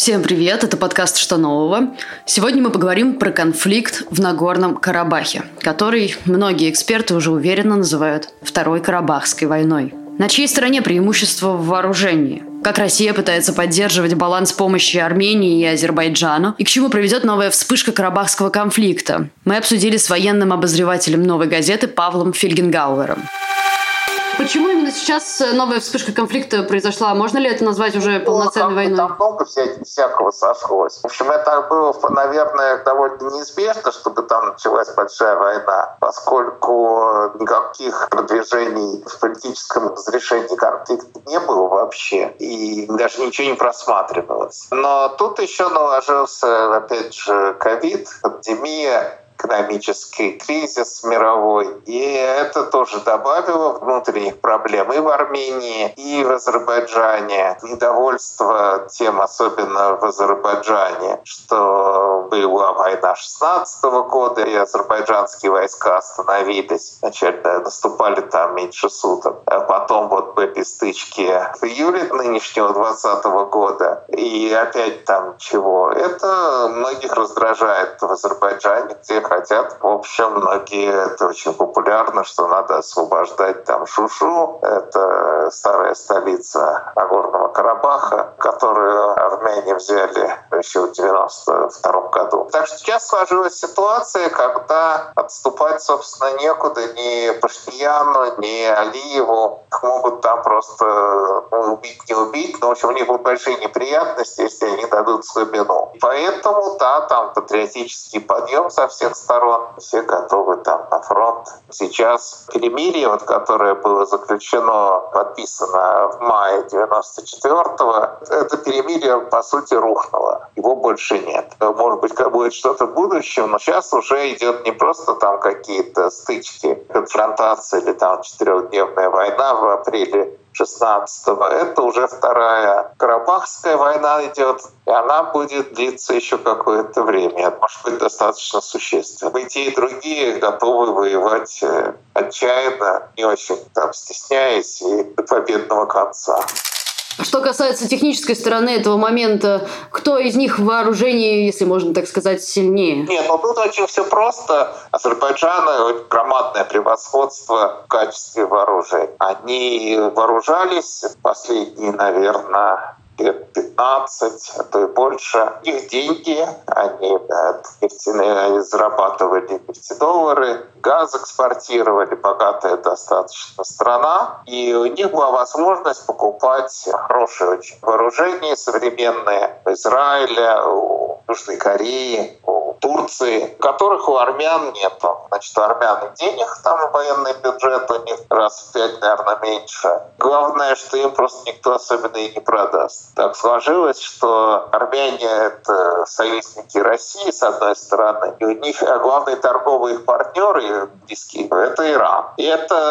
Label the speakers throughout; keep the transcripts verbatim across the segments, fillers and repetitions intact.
Speaker 1: Всем привет, это подкаст «Что нового?». Сегодня мы поговорим про конфликт в Нагорном Карабахе, который многие эксперты уже уверенно называют Второй Карабахской войной. На чьей стороне преимущество в вооружении? Как Россия пытается поддерживать баланс помощи Армении и Азербайджану? И к чему приведет новая вспышка карабахского конфликта? Мы обсудили с военным обозревателем «Новой газеты» Павлом Фельгенгауэром. Почему именно сейчас новая вспышка конфликта произошла? Можно ли это назвать уже полноценной ну, войной?
Speaker 2: Там много всяких, всякого сошлось. В общем, это было, наверное, довольно неизбежно, чтобы там началась большая война, поскольку никаких продвижений в политическом разрешении конфликта не было вообще, и даже ничего не просматривалось. Но тут еще наложился, опять же, ковид, пандемия, экономический кризис мировой. И это тоже добавило внутренних проблем и в Армении, и в Азербайджане. Недовольство тем, особенно в Азербайджане, что была война шестнадцатого года, и азербайджанские войска остановились. Вначале наступали там меньше суток. А потом вот были стычки в июле нынешнего двадцатого года. И опять там чего? Это многих раздражает в Азербайджане, где хотят. В общем, многие, это очень популярно, что надо освобождать там Шушу. Это старая столица Нагорного Карабаха, которую армяне взяли еще в девяносто втором году. Так что сейчас сложилась ситуация, когда отступать, собственно, некуда ни Пашиняну, ни Алиеву. Их могут там просто ну, убить, не убить, но, в общем, у них будут большие неприятности, если они дадут слабину. Поэтому, да, там патриотический подъем со всех сторон, все готовы там на фронт. Сейчас перемирие, вот, которое было заключено, подписано в мае девяносто четвёртого, это перемирие, по сути, рухнуло. Его больше нет. Может быть, будет что-то в будущем, но сейчас уже идет не просто там какие-то стычки, конфронтации или там четырехдневная война в апреле шестнадцатого. Это уже вторая Карабахская война идет, и она будет длиться еще какое-то время. Это может быть достаточно существенно. И те, и другие готовы воевать отчаянно, не очень там стесняясь, и до победного конца.
Speaker 1: Что касается технической стороны этого момента, кто из них в вооружении, если можно так сказать, сильнее?
Speaker 2: Нет, ну тут очень все просто. Азербайджан — громадное превосходство в качестве вооружения. Они вооружались последние, наверное, лет пятнадцать, а то и больше. Их деньги, они, да, нефтяные, зарабатывали нефтедоллары, газ экспортировали, богатая достаточно страна. И у них была возможность покупать хорошее очень вооружение, современное у Израиля, у Южной Кореи, у Турции, которых у армян нету. Значит, у армян денег, там военный бюджет у них раз в пять, наверное, меньше. Главное, что им просто никто особенно и не продаст. Так сложилось, что армяне — это союзники России, с одной стороны, и у них главный торговый их партнер и близкий — это Иран. И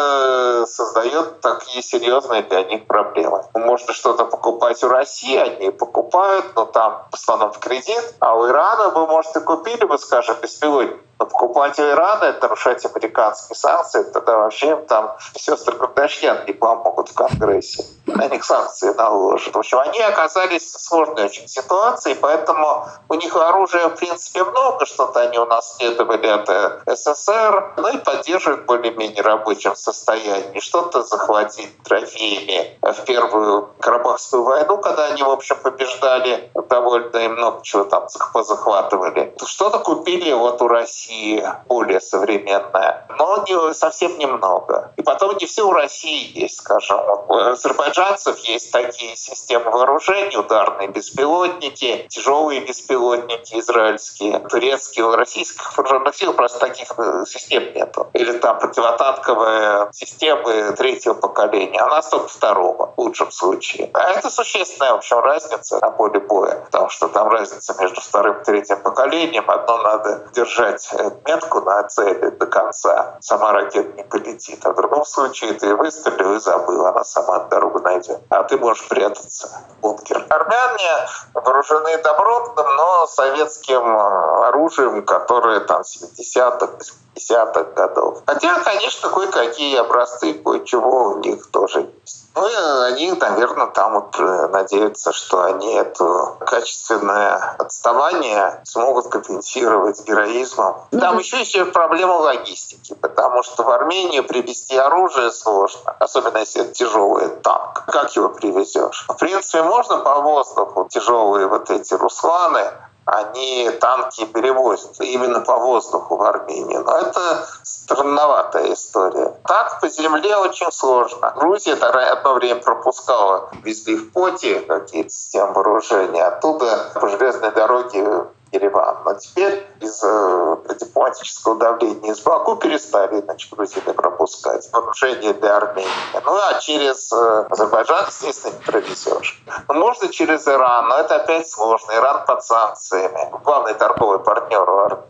Speaker 2: это создает такие серьезные для них проблемы. Можно что-то покупать у России, они покупают, но там в основном в кредит, а у Ирана вы, может, и купили бы, скажем, беспилотник. Но покупать у Ирана — это нарушать американские санкции, тогда вообще им там сестры Кардашьян не помогут в Конгрессе. На них санкции наложат. В общем, они оказались в сложной очень ситуации, поэтому у них оружия, в принципе, много, что-то они унаследовали от СССР, ну и поддерживают более-менее рабочем состоянии, что-то захватить трофеями в первую Карабахскую войну, когда они, в общем, побеждали, довольно и много чего там позахватывали. Что-то купили вот у России более современное, но не, совсем немного. И потом не все у России есть, скажем. У азербайджанцев есть такие системы вооружений, ударные беспилотники, тяжелые беспилотники израильские, турецкие. У российских вооруженных сил просто таких систем нету. Или там противотанковые системы третьего поколения. А у нас только второго, в лучшем случае. А это существенная, в общем, разница на поле боя, потому что там разница между вторым и третьим поколением. Одно надо держать метку на цели до конца, сама ракета не полетит. А в другом случае ты выстрелил и забыл, она сама дорогу найдет. А ты можешь прятаться в бункер. Армяне вооружены добротным, но советским оружием, которое там в семидесятых, десятых годов. Хотя, конечно, кое-какие образцы, кое-чего у них тоже есть. Ну и они, наверное, там вот надеются, что они это качественное отставание смогут компенсировать героизмом. Там еще есть проблема логистики, потому что в Армению привезти оружие сложно, особенно если это тяжелый танк. Как его привезешь? В принципе, можно по воздуху тяжелые вот эти русланы, они танки перевозят именно по воздуху в Армению. Но это странноватая история. Так по земле очень сложно. Грузия одно время пропускала, везли в поте какие-то системы вооружения, оттуда по железной дороге в Ереван. Но теперь из-за дипломатического давления из Баку перестали, значит, грузины пропускать вооружение для Армении. Ну а через Азербайджан, естественно, не провезешь. Но можно через Иран, но это опять сложно. Иран под санкциями. Главный торговый партнер у Армении.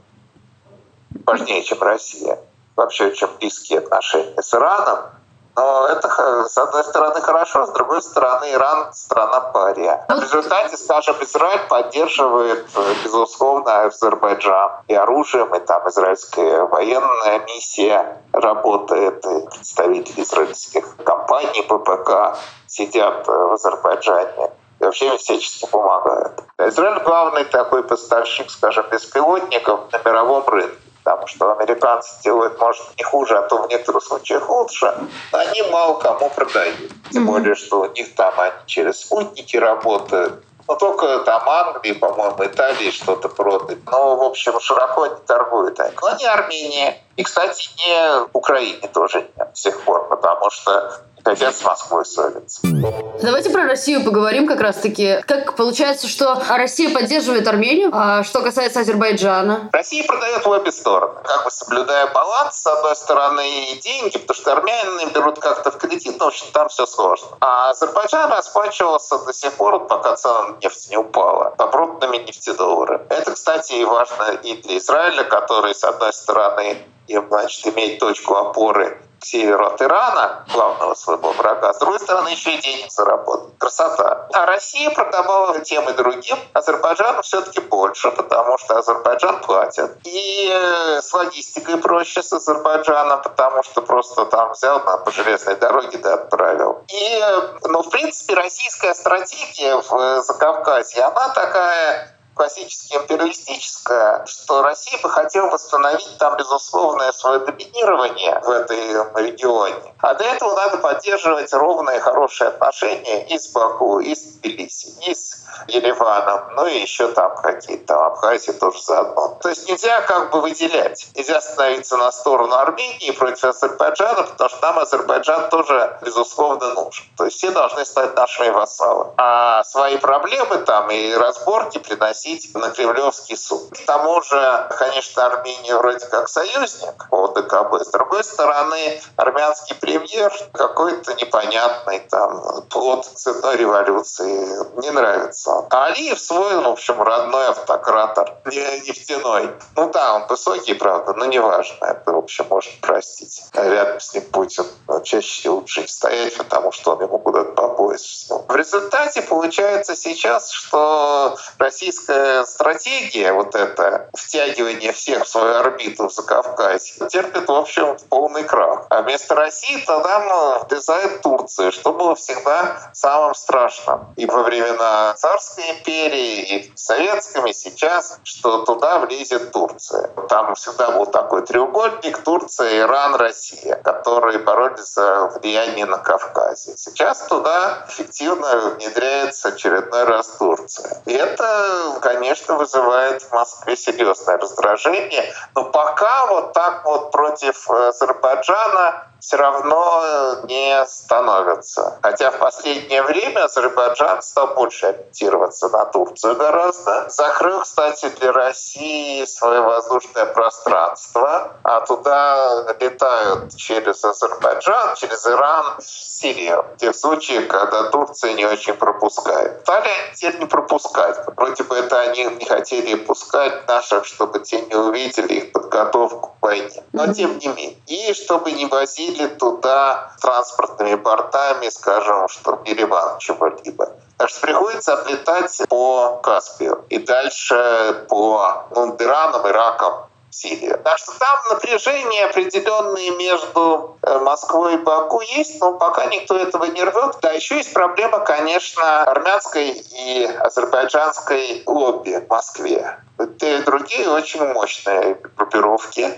Speaker 2: Важнее, чем Россия. Вообще очень близкие отношения с Ираном. Но это, с одной стороны, хорошо, с другой стороны, Иран — страна пария. В результате, скажем, Израиль поддерживает, безусловно, Азербайджан и оружием, и там израильская военная миссия работает, и представители израильских компаний ППК сидят в Азербайджане. И вообще им всячески помогают. Израиль — главный такой поставщик, скажем, беспилотников на мировом рынке. Потому что американцы делают, может, не хуже, а то в некоторых случаях лучше, но они мало кому продают. Тем более, что у них там они через спутники работают. Но только там Англии, по-моему, Италии что-то продают. Но, в общем, широко не торгуют. Но не Армения. И, кстати, не Украине тоже нет до сих пор, потому что хотят с Москвой ссориться.
Speaker 1: Давайте про Россию поговорим как раз-таки. Как получается, что Россия поддерживает Армению, а что касается Азербайджана?
Speaker 2: Россия продает в обе стороны, как бы соблюдая баланс, с одной стороны, и деньги, потому что армяне берут как-то в кредит, но, в общем, там все сложно. А Азербайджан расплачивался до сих пор, пока цена на нефть не упала, оборотными нефтедоллары. Это, кстати, и важно и для Израиля, который, с одной стороны, им, значит, иметь точку опоры к северу от Ирана, главного своего врага, с другой стороны, еще и денег заработать. Красота. А Россия продавала тем и другим. Азербайджану все-таки больше, потому что Азербайджан платит. И с логистикой проще с Азербайджаном, потому что просто там взял на по железной дороге, да, отправил. И, ну, в принципе, российская стратегия в Закавказье, она такая классически империалистическая, что Россия бы хотела восстановить там безусловное свое доминирование в этом регионе. А для этого надо поддерживать ровные хорошие отношения и с Баку, и с Тбилиси, и с Ереваном, ну и еще там какие-то там Абхазии тоже заодно. То есть нельзя как бы выделять. Нельзя становиться на сторону Армении против Азербайджана, потому что нам Азербайджан тоже безусловно нужен. То есть все должны стать нашими вассалами. А свои проблемы там и разборки приносить на Кремлевский суд. К тому же, конечно, Армения вроде как союзник по ДКБ. С другой стороны, армянский премьер какой-то непонятный там плод цветной революции. Не нравится. А Алиев свой, в общем, родной автократор, нефтяной. Ну да, он высокий, правда, но неважно. Это, в общем, можно простить. Рядом с ним Путин чаще лучше не стоять, потому что он ему куда-то по пояс все. В результате получается сейчас, что российская стратегия, вот это втягивание всех в свою орбиту в Закавказье, терпит, в общем, полный крах. А вместо России тогда ну, влезает Турция, что было всегда самым страшным. И во времена Царской империи, и в советском, и сейчас, что туда влезет Турция. Там всегда был такой треугольник: Турция, Иран, Россия, которые боролись за влияние на Кавказе. Сейчас туда эффективно внедряется очередной раз Турция. И это, конечно, вызывает в Москве серьезное раздражение. Но пока вот так вот против Азербайджана все равно не становятся. Хотя в последнее время Азербайджан стал больше ориентироваться на Турцию гораздо. Закрыл, кстати, для России свое воздушное пространство, а туда летают через Азербайджан, через Иран в Сирию. В тех случаях, когда Турция не очень пропускает. Стали они теперь не пропускать. Вроде бы это они не хотели пускать наших, чтобы те не увидели их подготовку к войне. Но тем не менее. И чтобы не возили туда транспортными бортами, скажем, что Ереван чего-либо. Так что приходится облетать по Каспию и дальше по ну, Ираном, Ираком Сирию. Так что там напряжение определенные между Москвой и Баку есть, но пока никто этого не рвет. Да, еще есть проблема, конечно, армянской и азербайджанской лобби в Москве. Те и другие очень мощные группировки.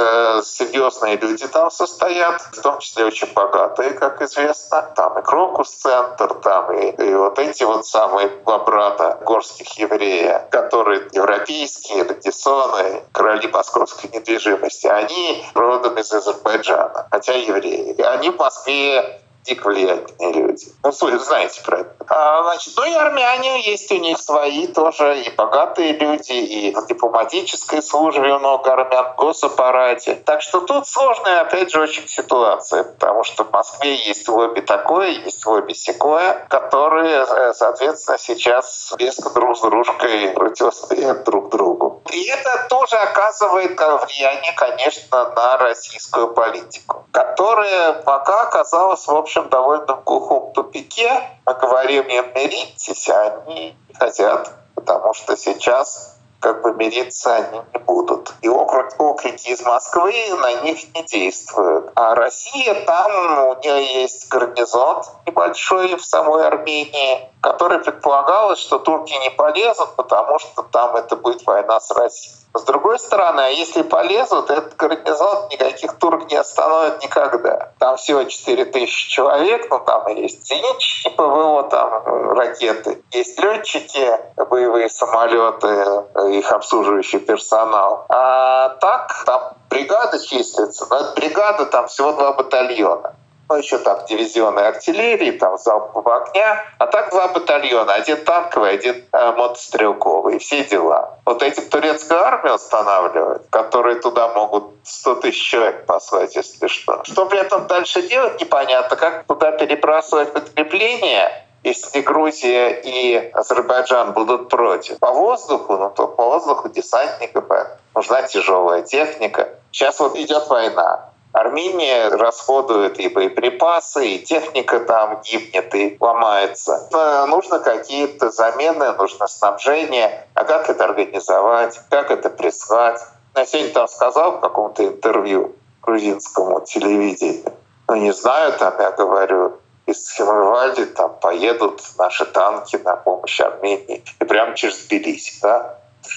Speaker 2: Серьезные люди там состоят, в том числе очень богатые, как известно. Там и Крокус-центр, там и, и вот эти вот самые два брата горских евреев, которые европейские, Радиссоны, короли московской недвижимости, они родом из Азербайджана, хотя евреи. И они в Москве дико влиятельные люди. Ну, знаете про это. А, значит, ну и армяне, есть у них свои тоже, и богатые люди, и в дипломатической службе много армян, в госаппарате. Так что тут сложная, опять же, очень ситуация, потому что в Москве есть лобби такое, есть лобби сякое, которые, соответственно, сейчас резко друг с дружкой противостоят друг другу. И это тоже оказывает влияние, конечно, на российскую политику, которая пока оказалась, в общем, довольно в глухом тупике. Мы говорим им миритесь, а они не хотят, потому что сейчас как бы мириться они не будут. И окрик, окрики из Москвы на них не действуют. А Россия, там у нее есть гарнизон небольшой в самой Армении, который предполагалось, что турки не полезут, потому что там это будет война с Россией. С другой стороны, а если полезут, этот гарнизон никаких турок не остановит никогда. Там всего четыре тысячи человек, но там и есть зенитчики, ПВО, там ракеты, есть летчики, боевые самолеты, их обслуживающий персонал. А так, там бригада числится, но эта бригада там всего два батальона. Ну, еще там дивизионы артиллерии, там залпового огня. А так два батальона. Один танковый, один э, мотострелковый. И все дела. Вот этим турецкую армию устанавливают, которые туда могут сто тысяч человек послать, если что. Что при этом дальше делать, непонятно. Как туда перебрасывать подкрепления, если Грузия и Азербайджан будут против. По воздуху, ну то по воздуху десантника нужна тяжелая техника. Сейчас вот идет война. Армения расходует и боеприпасы, и техника там гибнет, и ломается. Нужно какие-то замены, нужно снабжение. А как это организовать? Как это прислать? Я сегодня там сказал в каком-то интервью грузинскому телевидению. Ну, не знаю, там я говорю, из Химрвальди там поедут наши танки на помощь Армении. И прямо через Тбилиси, да?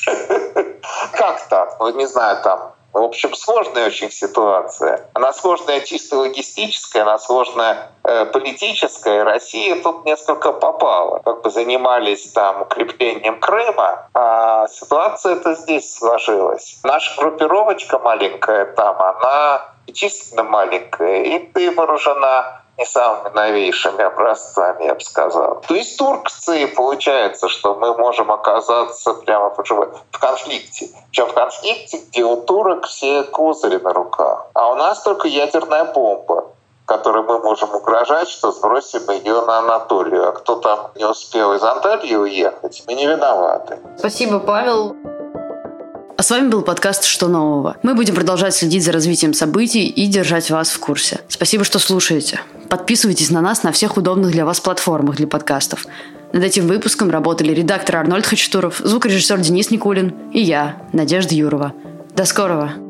Speaker 2: Как так? Ну, не знаю, там... В общем, сложная очень ситуация. Она сложная чисто логистическая, она сложная э, политическая. Россия тут несколько попала. Как бы занимались там укреплением Крыма, а ситуация-то здесь сложилась. Наша группировочка маленькая там, она чисто маленькая, и ты вооружена не самыми новейшими образцами, я бы сказал. То есть туркцы, получается, что мы можем оказаться прямо в конфликте. Причем в конфликте, где у турок все козыри на руках. А у нас только ядерная бомба, которой мы можем угрожать, что сбросим ее на Анатолию. А кто там не успел из Анталии уехать, мы не виноваты.
Speaker 1: Спасибо, Павел. А с вами был подкаст «Что нового?». Мы будем продолжать следить за развитием событий и держать вас в курсе. Спасибо, что слушаете. Подписывайтесь на нас на всех удобных для вас платформах для подкастов. Над этим выпуском работали редактор Арнольд Хачатуров, звукорежиссер Денис Никулин и я, Надежда Юрова. До скорого!